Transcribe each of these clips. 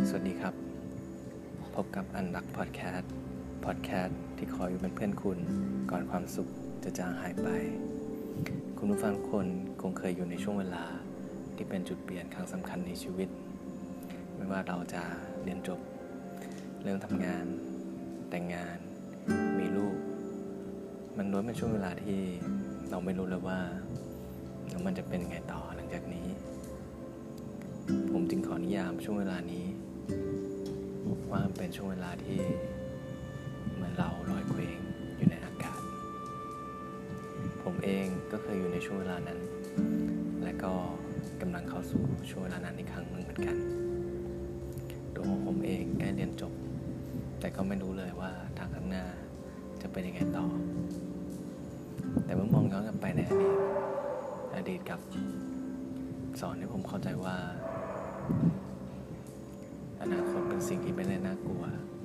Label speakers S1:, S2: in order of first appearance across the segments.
S1: สวัสดีครับพบกับอันรักพอดแคสต์ที่คอยอยู่เป็นเพื่อนคุณก่อนความสุขจะจางหายไปคุณผู้ฟังทุกคนคงเคยอยู่ในช่วงเวลาที่เป็นจุดเปลี่ยนครั้งสำคัญในชีวิตไม่ว่าเราจะเรียนจบเริ่มทำงานแต่งงานมีลูกมันล้วนเป็นช่วงเวลาที่เราไม่รู้เลยว่ามันจะเป็นยังไงต่อหลังจากนี้ผมจึงขอนิยามช่วงเวลานี้ว่ามันเป็นช่วงเวลาที่เหมือนเราลอยเคว้งอยู่ในอากาศผมเองก็เคยอยู่ในช่วงเวลานั้นและก็กำลังเข้าสู่ช่วงเวลานั้นอีกครั้งหนึ่งเหมือนกันตัวของผมเองใกล้เรียนจบแต่ก็ไม่รู้เลยว่าทางข้างหน้าจะเป็นยังไงต่อแต่เมื่อมองย้อนกลับไปในอดีตกับสอนให้ผมเข้าใจว่าอนาคตเป็นสิ่งที่ไม่ได้น่ากลัว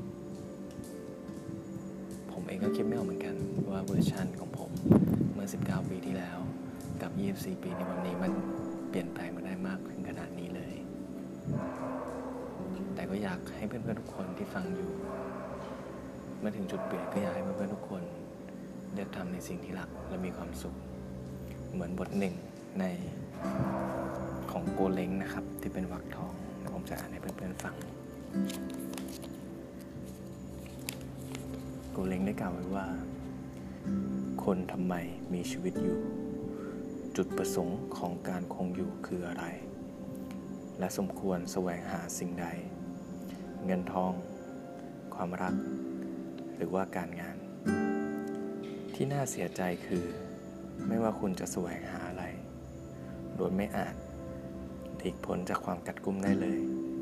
S1: ผมเองก็คิดไม่ออกเหมือนกันว่าเวอร์ชันของผมเมื่อ19ปีที่แล้วกับ24ปีในวันนี้มันเปลี่ยนแปลงมาได้มากถึงขนาดนี้เลยแต่ก็อยากให้เพื่อนๆทุกคนที่ฟังอยู่เมื่อถึงจุดเปลี่ยนก็อยากให้เพื่อนๆทุกคนเลือกทำในสิ่งที่รักและมีความสุขเหมือนบทหนึ่งในของโกเล้งนะครับที่เป็นวรรคทองผมจะอ่านให้เพื่อนๆฟังโกเล้งได้กล่าวไว้ว่าคนทำไมมีชีวิตอยู่จุดประสงค์ของการคงอยู่คืออะไรและสมควรแสวงหาสิ่งใดเงินทองความรักหรือว่าการงานที่น่าเสียใจคือไม่ว่าคุณจะแสวงหาอะไรโดยไม่อาจหลีกพ้นจากความกัดกุมได้เลย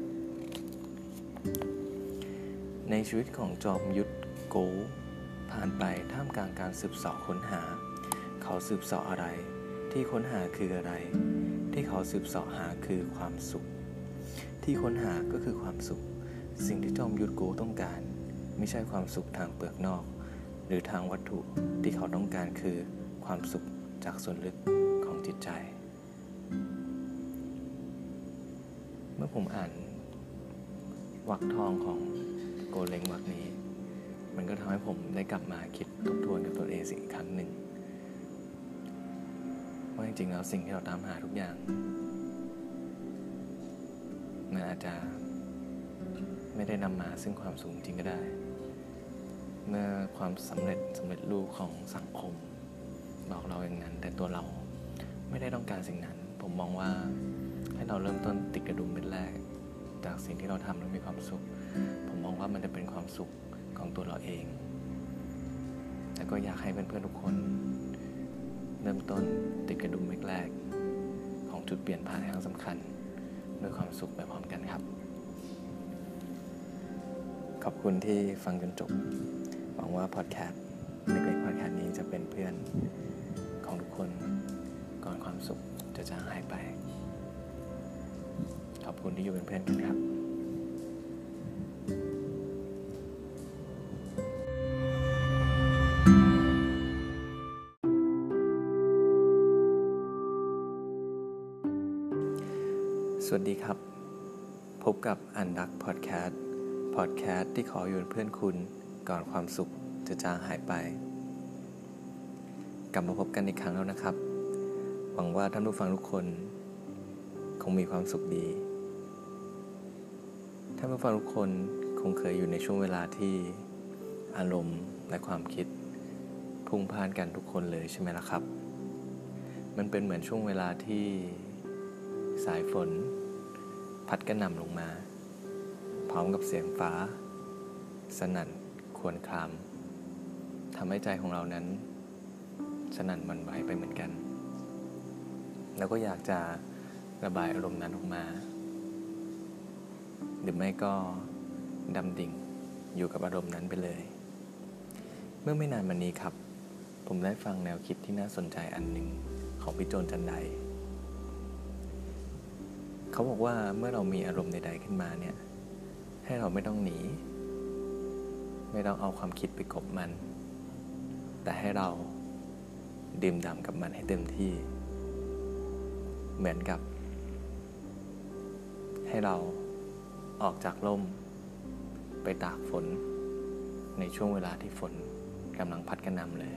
S1: ในชีวิตของจอมยุทธโกผ่านไปท่ามกลางการสืบเสาะค้นหาเขาสืบเสาะอะไรที่ค้นหาคืออะไรที่เขาสืบเสาะหาคือความสุขที่ค้นหาก็คือความสุขสิ่งที่จอมยุทธโกต้องการไม่ใช่ความสุขทางเปลือกนอกหรือทางวัตถุที่เขาต้องการคือความสุขจากส่วนลึกของจิตใจเมื่อผมอ่านวรรคทองของโกเล้งวรรคนี้มันก็ทำให้ผมได้กลับมาคิดทบทวนกับตัวเองอีกครั้งหนึ่งว่าจริงๆแล้วสิ่งที่เราตามหาทุกอย่างมันอาจจะไม่ได้นำมาซึ่งความสุขจริงก็ได้เมื่อความสำเร็จรูปของสังคมบอกเราอย่างนั้นแต่ตัวเราไม่ได้ต้องการสิ่งนั้นผมมองว่าให้เราเริ่มต้นติดกระดุมเม็ดแรกจากสิ่งที่เราทำแล้วมีความสุขผมมองว่ามันจะเป็นความสุขของตัวเราเองแต่ก็อยากให้เพื่อนๆทุกคนเริ่มต้นติดกระดุมเม็ดแรกของจุดเปลี่ยนผ่านครั้งสำคัญด้วยความสุขไปพร้อมกันครับขอบคุณที่ฟังจนจบหวังว่าพอดแคสต์เล็กๆพอดแคสต์นี้จะเป็นเพื่อนของทุกคนก่อนความสุขจะจางหายไปขอบคุณที่อยู่เป็นเพื่อนกันครับสวัสดีครับพบกับอันรักพอดแคสต์ที่ขออยู่เป็นเพื่อนคุณก่อนความสุขจะจางหายไปกลับมาพบกันอีกครั้งแล้วนะครับหวังว่าท่านผู้ฟังทุกคนคงมีความสุขดีท่านผู้ฟังทุกคนคงเคยอยู่ในช่วงเวลาที่อารมณ์และความคิดพุ่งพ่านกันทุกคนเลยใช่ไหมล่ะครับมันเป็นเหมือนช่วงเวลาที่สายฝนพัดกระหน่ำลงมาพร้อมกับเสียงฟ้าสนั่นครวญครามทำให้ใจของเรานั้นสนั่นหวั่นไหวไปเหมือนกันแล้วก็อยากจะระบายอารมณ์นั้นออกมาหรือไม่ก็ดำดิ่งอยู่กับอารมณ์นั้นไปเลยเมื่อไม่นานมานี้ครับผมได้ฟังแนวคิดที่น่าสนใจอันหนึ่งของพี่โจนจันไดเขาบอกว่าเมื่อเรามีอารมณ์ใดๆขึ้นมาเนี่ยให้เราไม่ต้องหนีไม่ต้องเอาความคิดไปกบมันแต่ให้เราดื่มด่ำกับมันให้เต็มที่เหมือนกับให้เราออกจากร่มไปตากฝนในช่วงเวลาที่ฝนกำลังพัดกระหน่ำเลย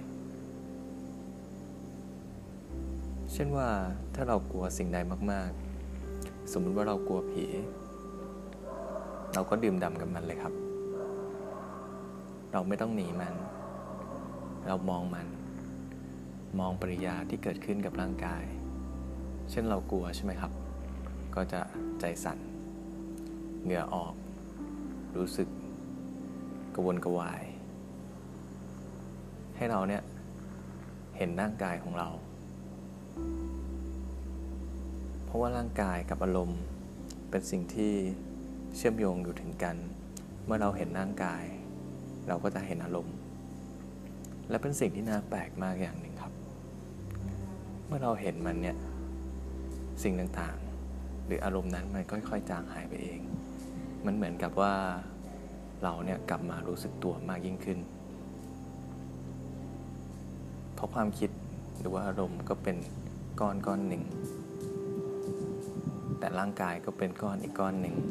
S1: เช่นว่าถ้าเรากลัวสิ่งใดมากๆสมมติว่าเรากลัวผีเราก็ดื่มด่ำกับมันเลยครับเราไม่ต้องหนีมันเรามองปริยาที่เกิดขึ้นกับร่างกายเช่นเรากลัวใช่ไหมครับก็จะใจสั่นเหงื่อออกรู้สึกกระวนกระวายให้เราเนี่ยเห็นร่างกายของเราเพราะว่าร่างกายกับอารมณ์เป็นสิ่งที่เชื่อมโยงอยู่ถึงกันเมื่อเราเห็นร่างกายเราก็จะเห็นอารมณ์และเป็นสิ่งที่น่าแปลกมากอย่างหนึ่งครับเมื่อเราเห็นมันเนี่ยสิ่งต่างๆหรืออารมณ์นั้นมันค่อยๆจางหายไปเองมันเหมือนกับว่าเราเนี่ยกลับมารู้สึกตัวมากยิ่งขึ้นเพราะความคิดหรือว่าอารมณ์ก็เป็นก้อนหนึ่งแต่ร่างกายก็เป็นก้อนอีกก้อนหนึ่ง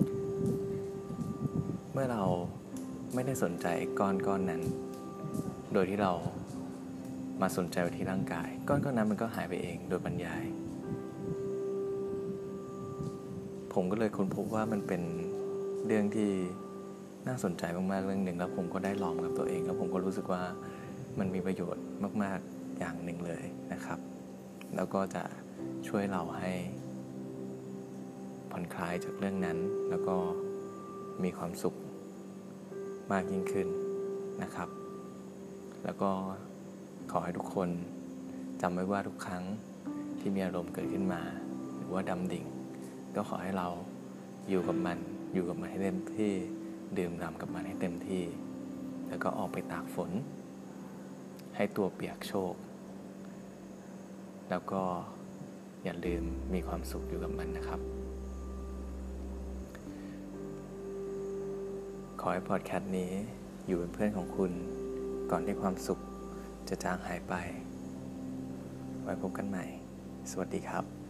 S1: เมื่อเราไม่ได้สนใจก้อนนั้นโดยที่เรามาสนใจที่ร่างกายก้อนนั้นมันก็หายไปเองโดยปริยายผมก็เลยค้นพบว่ามันเป็นเรื่องที่น่าสนใจมากๆเรื่องหนึ่งแล้วผมก็ได้ลองกับตัวเองแล้วผมก็รู้สึกว่ามันมีประโยชน์มากๆอย่างหนึ่งเลยนะครับแล้วก็จะช่วยเราให้ผ่อนคลายจากเรื่องนั้นแล้วก็มีความสุขมากยิ่งขึ้นนะครับแล้วก็ขอให้ทุกคนจำไว้ว่าทุกครั้งที่มีอารมณ์เกิดขึ้นมาหรือว่าดำดิ่งก็ขอให้เราอยู่กับมันให้เต็มที่ดื่มด่ำกับมันให้เต็มที่แล้วก็ออกไปตากฝนให้ตัวเปียกโชกแล้วก็อย่าลืมมีความสุขอยู่กับมันนะครับขอให้พอดแคสต์นี้อยู่เป็นเพื่อนของคุณก่อนที่ความสุขจะจางหายไปไว้พบกันใหม่สวัสดีครับ